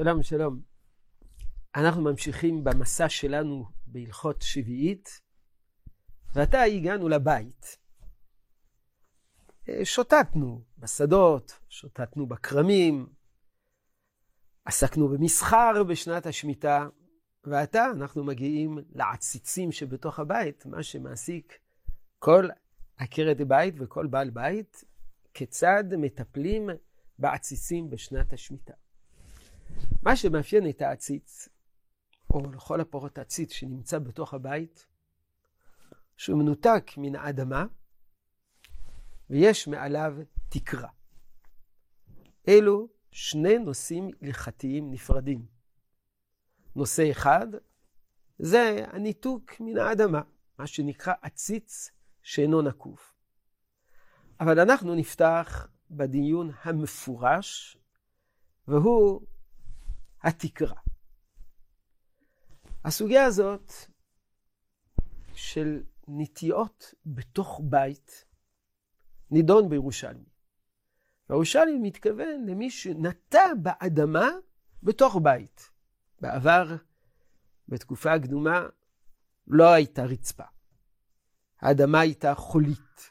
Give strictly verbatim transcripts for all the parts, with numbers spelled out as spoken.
שלום, שלום. אנחנו ממשיכים במסע שלנו בהלכות שביעית, ועתה הגענו לבית. שוטטנו בשדות, שוטטנו בכרמים, עסקנו במסחר בשנת השמיטה, ועתה אנחנו מגיעים לעציצים שבתוך הבית, מה שמעסיק כל עקרת בית וכל בעל בית, כיצד מטפלים בעציצים בשנת השמיטה. מה שמאפיין את העציץ, או לכל הפרות העציץ שנמצא בתוך הבית, שהוא מנותק מן האדמה, ויש מעליו תקרה. אלו שני נושאים הלכתיים נפרדים. נושא אחד, זה הניתוק מן האדמה, מה שנקרא עציץ שאינו נקוף. אבל אנחנו נפתח בדיון המפורש, והוא התקרה. הסוגיה הזאת של נטיעות בתוך בית נידון בירושלמי. והירושלמי מתכוון למי שנטע באדמה בתוך בית. בעבר, בתקופה הקדומה, לא הייתה רצפה. האדמה הייתה חולית.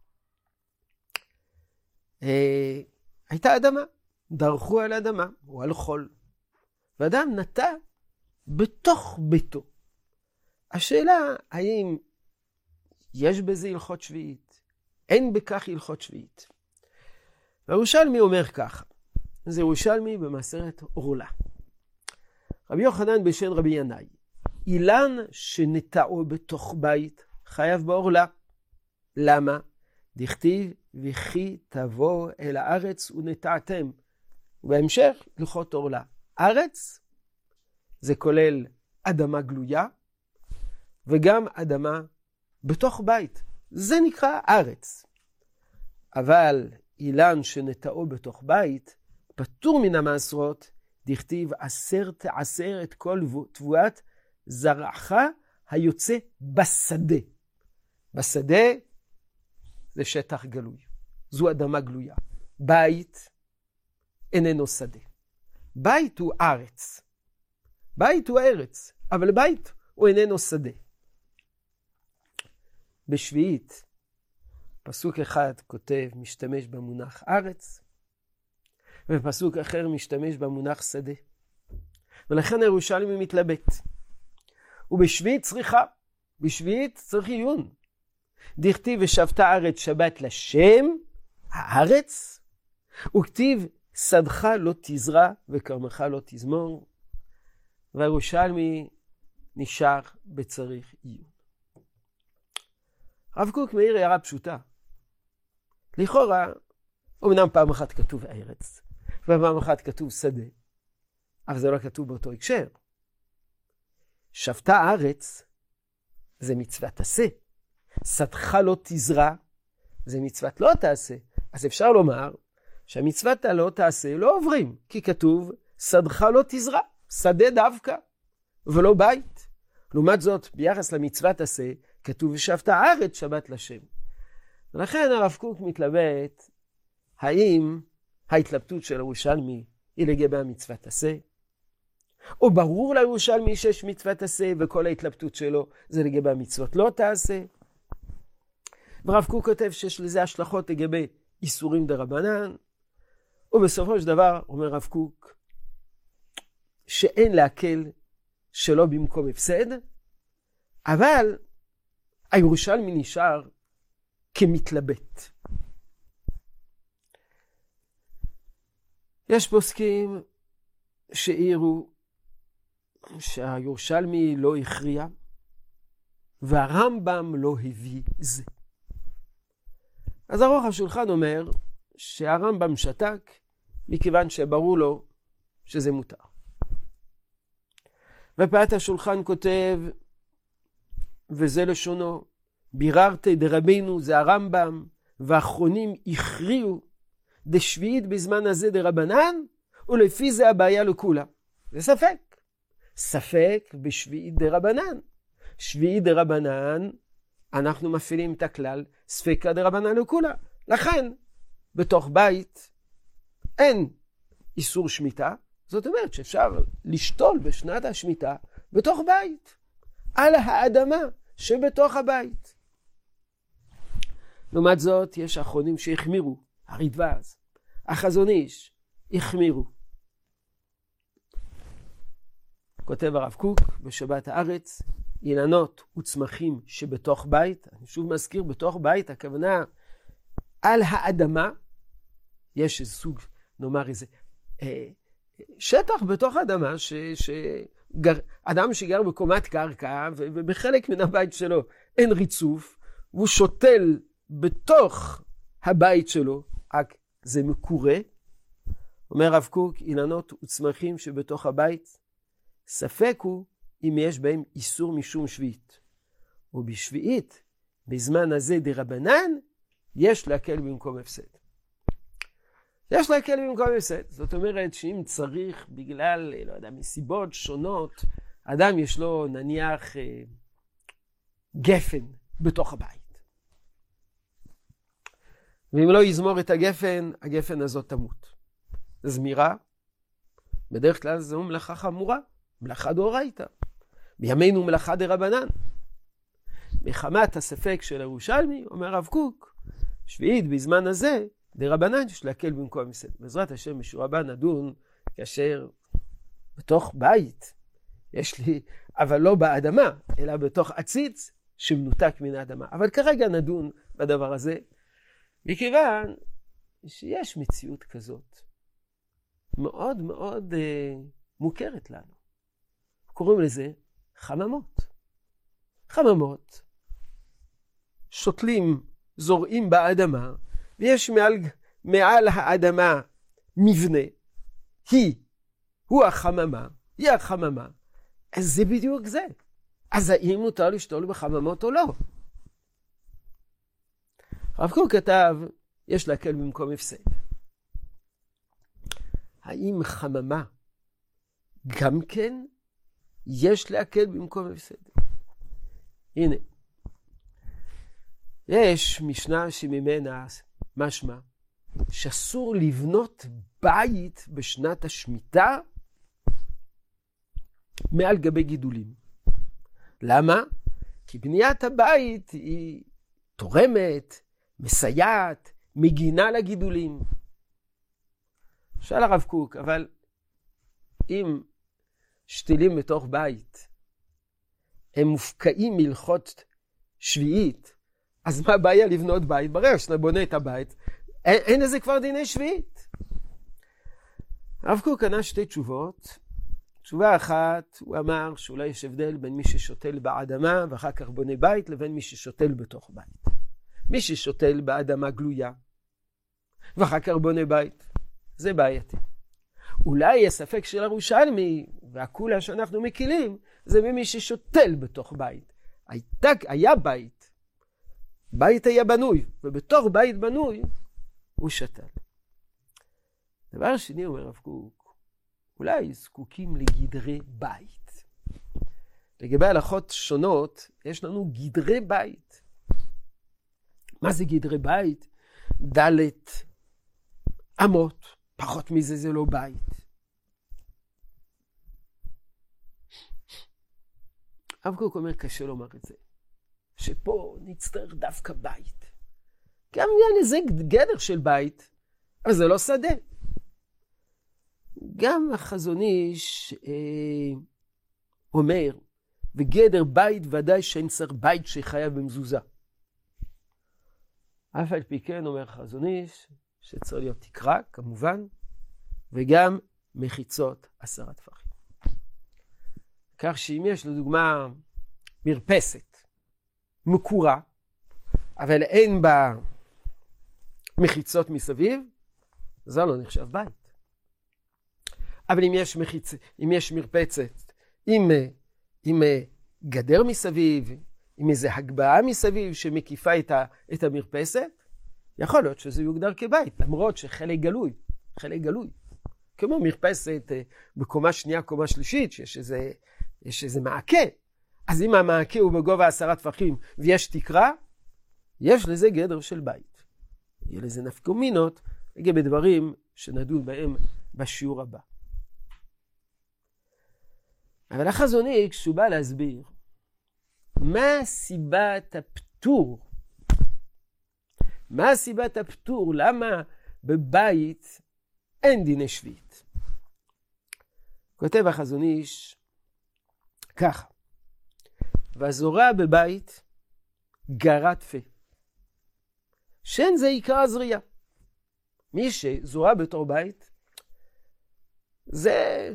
אה, הייתה אדמה. דרכו על אדמה או על חול. ואדם נטע בתוך ביתו. השאלה האם יש בזה הלכות שביעית? אין בכך הלכות שביעית. והירושלמי אומר כך, זה ירושלמי במסכת עורלה. רבי יוחנן בשן רבי ינאי, אילן שנטעו בתוך בית חייב בעורלה. למה? דכתיב וכי תבוא אל הארץ ונטעתם. ובהמשך הלכות עורלה. ארץ זה כולל אדמה גלויה וגם אדמה בתוך בית. זה נקרא ארץ. אבל אילן שנטעו בתוך בית פטור מן המעשרות, דכתיב אסר תעשר את כל תבואת זרעך היוצא בשדה. בשדה זה שטח גלוי. זו אדמה גלויה. בית איננו שדה. בית הוא ארץ. בית הוא ארץ, אבל בית הוא איננו שדה. בשביעית, פסוק אחד כותב, משתמש במונח ארץ, ופסוק אחר משתמש במונח שדה. ולכן הירושלמי מתלבט. ובשביעית צריכה, בשביעית צריך עיון. דכתיב ושבתה הארץ שבת לשם, הארץ, וכתיב שדך לא תזרע וכרמך לא תזמור. והירושלמי נשאר בצריך עיון. הרב קוק מעיר הערה פשוטה. לכאורה, אמנם פעם אחת כתוב ארץ, ופעם אחת כתוב שדה, אבל זה לא כתוב באותו הקשר. שבתה הארץ זה מצוות עשה. שדך לא תזרע זה מצוות לא תעשה. אז אפשר לומר שהמצוות לא תעשה לא עוברים, כי כתוב שדך לא תזרע, שדה דווקא, ולא בית. לעומת זאת, ביחס למצוות עשה, כתוב ושבת הארץ שבת לשם. ולכן הרב קוק מתלבט, האם ההתלבטות של הירושלמי היא לגבי המצוות עשה, או ברור לירושלמי שיש מצוות עשה, וכל ההתלבטות שלו זה לגבי המצוות לא תעשה. ורב קוק כותב שיש לזה השלכות לגבי איסורים דרבנן, ובסופו של דבר אומר רב קוק, שאין להקל שלא במקום הפסד, אבל הירושלמי נשאר כמתלבט. יש פוסקים שהעירו שהירושלמי לא הכריע, והרמב"ם לא הביא זה. אז ערוך השולחן אומר שהרמב"ם שתק, מכיוון שברור לו שזה מותר. ופעת השולחן כותב, וזה לשונו, ביררתי דרבינו, זה הרמב"ם, ואחרונים הכריעו דשביעית בזמן הזה דרבנן, ולפי זה הבעיה לכולה. זה ספק. ספק בשביעית דרבנן. שביעית דרבנן, אנחנו מפעילים את הכלל, ספקה דרבנן לכולה. לכן, בתוך בית אין איסור שמיטה, זאת אומרת שאפשר לשתול בשנת השמיטה בתוך בית, על האדמה שבתוך הבית. לעומת זאת, יש האחרונים שהחמירו, הרדב"ז, החזון איש, החמירו. כותב הרב קוק בשבת הארץ, אילנות וצמחים שבתוך בית, אני שוב מזכיר, בתוך בית, הכוונה על האדמה, יש איזה סוג, נאמר איזה, אה, שטח בתוך האדמה, ש, שגר, אדם שגר בקומת קרקע, ובחלק מן הבית שלו אין ריצוף, והוא שותל בתוך הבית שלו, רק זה מקורה. אומר רב קוק, אילנות וצמחים שבתוך הבית, ספק הוא אם יש בהם איסור משום שביעית. ובשביעית, בזמן הזה דרבנן, יש להקל במקום הפסד. יש להקל במקום הפסד. זאת אומרת שאם צריך בגלל, לא יודע, מסיבות שונות, אדם יש לו נניח אה, גפן בתוך הבית. ואם לא יזמור את הגפן, הגפן הזאת תמות. זמירה, בדרך כלל זו מלאכה חמורה, מלאכה דאורייתא. בימינו מלאכה דרבנן. מחמת הספק של ירושלמי, אומר רב קוק, שביעית בזמן הזה, דרבנן יש להקל במקום הפסד. בעזרת השם בשיעור הבא נדון, כאשר בתוך בית, יש לי, אבל לא באדמה, אלא בתוך עציץ שמנותק מן האדמה. אבל כרגע נדון בדבר הזה, מכיוון שיש מציאות כזאת, מאוד מאוד אה, מוכרת לנו. קוראים לזה חממות. חממות שותלים, זורעים באדמה, ויש מעל, מעל האדמה מבנה. היא, הוא החממה, היא החממה. אז זה בדיוק זה. אז האם מותר לשתול בחממות או לא? הרב קוק כתב, יש להקל במקום הפסד. האם חממה גם כן יש להקל במקום הפסד? הנה, יש משנה שממנה משמע שאסור לבנות בית בשנת השמיטה מעל גבי גידולים. למה? כי בניית הבית היא תורמת, מסייעת, מגינה לגידולים. שאל הרב קוק, אבל אם שתילים בתוך בית הם מופקעים מלכות שביעית, אז מה הבעיה לבנות בית? ברגע שאתה בונה את הבית, אין, אין לזה כבר דיני שביעית. הרב קוק ענה שתי תשובות. תשובה אחת, הוא אמר שאולי יש הבדל בין מי ששותל באדמה ואחר כך בונה בית, לבין מי ששותל בתוך בית. מי ששותל באדמה גלויה ואחר כך בונה בית, זה בעייתי. אולי הספק של ירושלמי והכולה שאנחנו מקילים, זה ממי ששותל בתוך בית. הייתה, היה בית, בית היה בנוי, ובתוך בית בנוי הוא שתל. דבר שני, אומר הרב קוק, אולי זקוקים לגדרי בית. לגבי הלכות שונות, יש לנו גדרי בית. מה זה גדרי בית? דלת אמות, פחות מזה זה לא בית. הרב קוק אומר, קשה לומר את זה. שפה נצטרך דווקא בית. גם יהיה לזה גדר של בית, אבל זה לא שדה. גם החזון איש אה, אומר, וגדר בית ודאי שאין צריך בית שחייב במזוזה. אף על פי כן אומר החזון איש, שצריך להיות תקרה, כמובן, וגם מחיצות עשרה טפחים. כך שאם יש לדוגמה מרפסת, מקורה, אבל אין בה מחיצות מסביב, זה לא נחשב בית. אבל אם יש, מחיצ... אם יש מרפצת עם, עם גדר מסביב, עם איזו הגבהה מסביב שמקיפה את, ה... את המרפסת, יכול להיות שזה יוגדר כבית, למרות שחלק גלוי, חלק גלוי. כמו מרפסת בקומה שנייה, קומה שלישית, שיש איזה, יש איזה מעקה. אז אם המעקה הוא בגובה עשרה טפחים ויש תקרה, יש לזה גדר של בית. יהיה לזה נפקומינות לגבי דברים שנדון בהם בשיעור הבא. אבל החזון איש, כשהוא בא להסביר מה סיבת הפטור, מה סיבת הפטור, למה בבית אין דיני שביעית. כותב החזון איש ככה, והזורע בבית גרע טפא, שאין זה עיקר הזריעה. מי שזורע בתור בית, זה,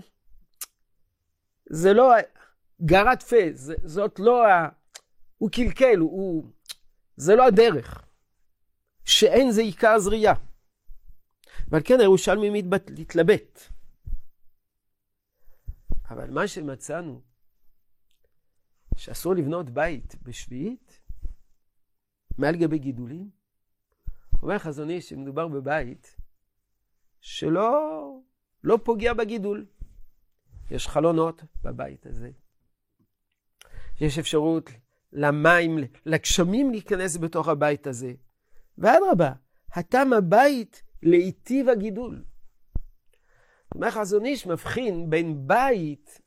זה לא, גרע טפא, זאת לא, הוא קלקל, הוא, זה לא הדרך, שאין זה עיקר הזריעה. ועל כן הירושלמי מתלבט. אבל מה שמצאנו, שאסור לבנות בית בשביעית, מעל גבי גידולים, אומר חזון איש שמדובר בבית שלא לא פוגע בגידול. יש חלונות בבית הזה. יש אפשרות למים, לגשמים להיכנס בתוך הבית הזה. ואדרבה, הטעם הבית להיטיב הגידול. אומר חזון איש מבחין בין בית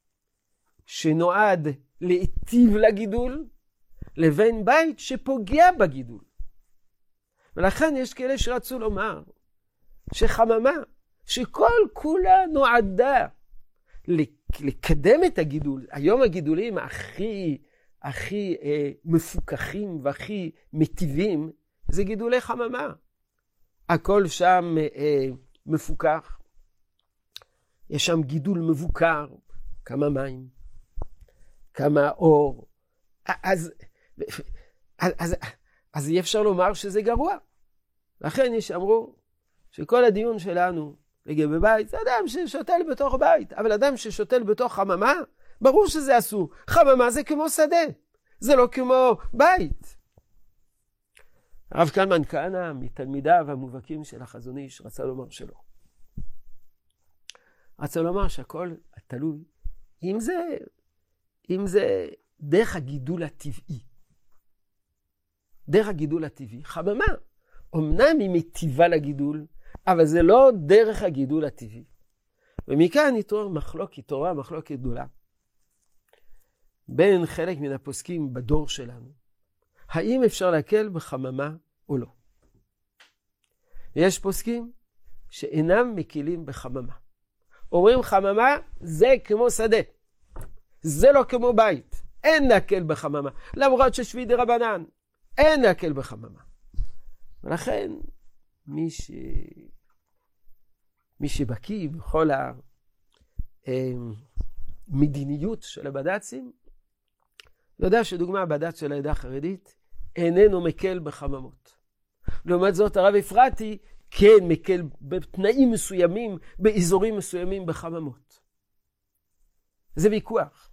שנועד להיטיב לגידול, לבין בית שפוגע בגידול. ולכן יש כאלה שרצו לומר שחממה, שכל כולה נועדה לקדם את הגידול. היום הגידולים הכי, הכי אה, מפוקחים והכי מטיבים, זה גידולי חממה. הכל שם אה, מפוקח. יש שם גידול מבוקר, כמה מים, כמה אור. אז, אז, אז, אז אי אפשר לומר שזה גרוע. לכן יש אמרו שכל הדיון שלנו לגבי בית, זה אדם ששותל בתוך בית, אבל אדם ששותל בתוך חממה, ברור שזה אסור. חממה זה כמו שדה, זה לא כמו בית. הרב קלמן כהנא, מתלמידיו המובהקים של החזון איש, רצה לומר שלא. רצה לומר שהכל תלוי, אם זה, אם זה דרך הגידול הטבעי. דרך הגידול הטבעי, חממה. אמנם היא מטיבה לגידול, אבל זה לא דרך הגידול הטבעי. ומכאן נתעורר מחלוקת, התעוררה מחלוקת גדולה. בין חלק מן הפוסקים בדור שלנו, האם אפשר להקל בחממה או לא. יש פוסקים שאינם מקילים בחממה. אומרים חממה זה כמו שדה, זה לא כמו בית, אין להקל בחממה, למרות ששביעי דרבנן, אין להקל בחממה. ולכן מי, ש... מי שבקיא בכל המדיניות של הבד"צים, יודע שדוגמה הבד"ץ של העדה החרדית איננו מקל בחממות. לעומת זאת הרב אפרתי כן מקל בתנאים מסוימים, באזורים מסוימים בחממות. זה ויכוח.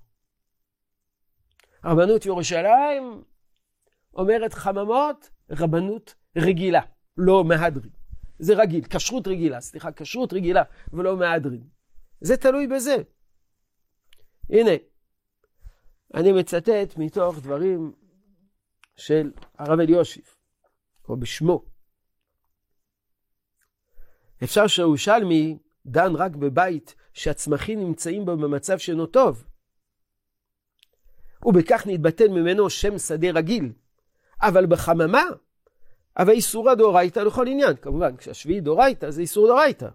רבנות ירושלים אומרת חממות, רבנות רגילה, לא מהדרין. זה רגיל, כשרות רגילה, סליחה, כשרות רגילה ולא מהדרין. זה תלוי בזה. הנה, אני מצטט מתוך דברים של הרב אליושיב, או בשמו. אפשר שירושלמי דן רק בבית שהצמחים נמצאים בו במצב שאינו טוב, ובכך נתבטל ממנו שם שדה רגיל. אבל בחממה, אבל איסורא דאורייתא לכל עניין. כמובן, כשהשביעי דאורייתא זה איסור דאורייתא.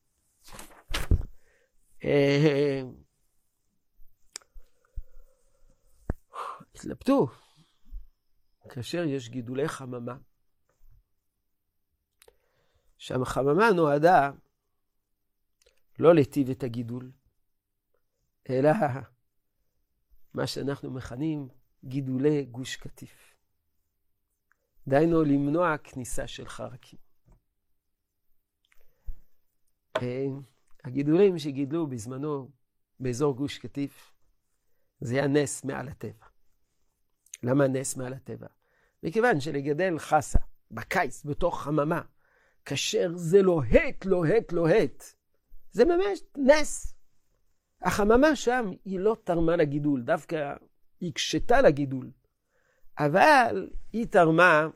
התלבטו, כאשר יש גידולי חממה, שהחממה נועדה לא להיטיב את הגידול, אלא מה שאנחנו מכנים גידולי גוש קטיף. דהיינו למנוע כניסה של חרקים. הגידולים שגידלו בזמנו באזור גוש קטיף, זה היה נס מעל הטבע. למה נס מעל הטבע? מכיוון שלגדל חסה בקיץ בתוך חממה, כאשר זה לוהט, לוהט, לוהט, זה ממש נס. החממה שם היא לא תרמה לגידול, דווקא היא קשתה לגידול, אבל היא תרמה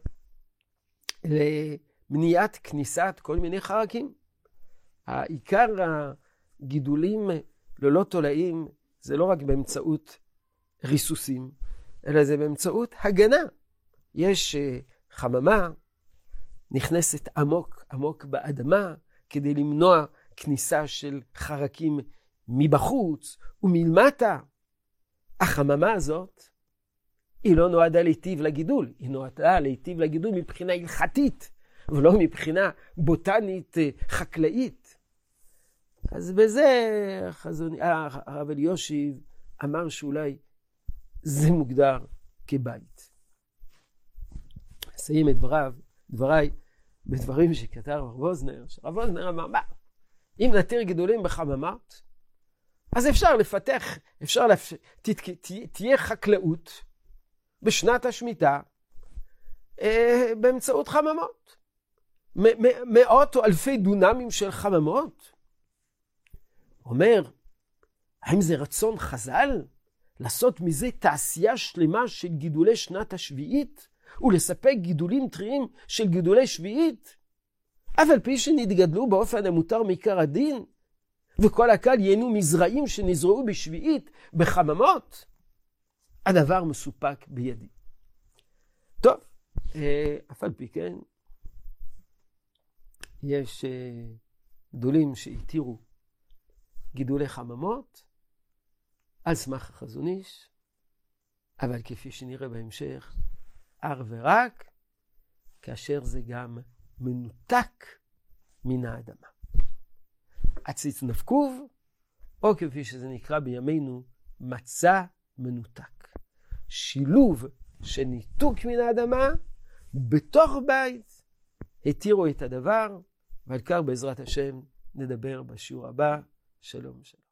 למניעת כניסת כל מיני חרקים. העיקר הגידולים ללא תולעים זה לא רק באמצעות ריסוסים, אלא זה באמצעות הגנה. יש חממה נכנסת עמוק עמוק באדמה כדי למנוע כניסה של חרקים מבחוץ ומלמטה. החממה הזאת היא לא נועדה להיטיב לגידול, היא נועדה להיטיב לגידול מבחינה הלכתית, ולא מבחינה בוטנית חקלאית. אז בזה החזון, הרב אלישיב אמר שאולי זה מוגדר כבית. אסיים את דבריו, דבריי, בדברים שכתב הרב ווזנר, שהרב ווזנר אמר, מה? אם נתיר גידולים בחממות, אז אפשר לפתח, אפשר לפ... תהיה חקלאות בשנת השמיטה אה, באמצעות חממות. מ- מאות או אלפי דונמים של חממות. אומר, האם זה רצון חז"ל לעשות מזה תעשייה שלמה של גידולי שנת השביעית ולספק גידולים טריים של גידולי שביעית? אף על פי שנתגדלו באופן המותר מעיקר הדין, וכל הקהל ייהנו מזרעים שנזרעו בשביעית בחממות, הדבר מסופק בידי. טוב, אף על פי כן, יש גדולים שהתירו גידולי חממות על סמך החזון איש, אבל כפי שנראה בהמשך, אך ורק כאשר זה גם מנותק מן האדמה. עציץ נפקוב, או כפי שזה נקרא בימינו, מצע מנותק. שילוב של ניתוק מן האדמה בתוך בית, התירו את הדבר, ועל כך בעזרת השם נדבר בשיעור הבא. שלום שלום.